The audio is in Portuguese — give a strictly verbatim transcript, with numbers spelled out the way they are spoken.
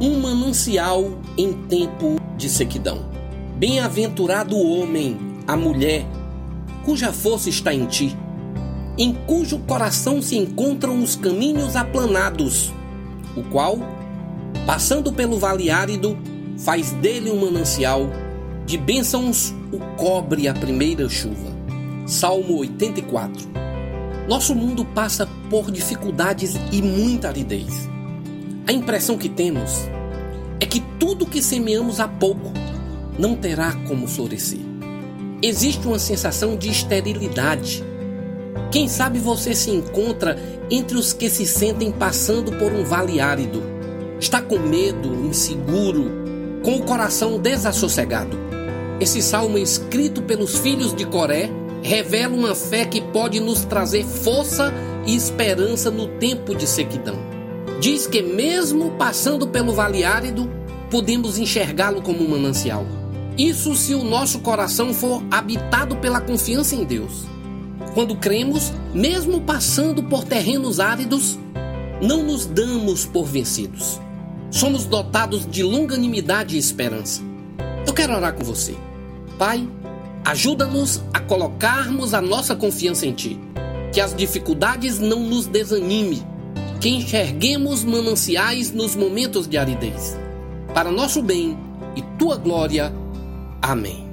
um manancial em tempo de sequidão. Bem-aventurado o homem, a mulher, cuja força está em ti, em cujo coração se encontram os caminhos aplanados, o qual, passando pelo vale árido, faz dele um manancial, de bênçãos o cobre a primeira chuva. Salmo oitenta e quatro. Nosso mundo passa por dificuldades e muita aridez. A impressão que temos é que tudo que semeamos há pouco não terá como florescer. Existe uma sensação de esterilidade. Quem sabe você se encontra entre os que se sentem passando por um vale árido. Está com medo, inseguro, com o coração desassossegado. Esse salmo, escrito pelos filhos de Coré, revela uma fé que pode nos trazer força e esperança no tempo de sequidão. Diz que mesmo passando pelo vale árido, podemos enxergá-lo como um manancial. Isso se o nosso coração for habitado pela confiança em Deus. Quando cremos, mesmo passando por terrenos áridos, não nos damos por vencidos. Somos dotados de longanimidade e esperança. Eu quero orar com você. Pai, ajuda-nos a colocarmos a nossa confiança em Ti. Que as dificuldades não nos desanime. Que enxerguemos mananciais nos momentos de aridez. Para nosso bem e Tua glória. Amém.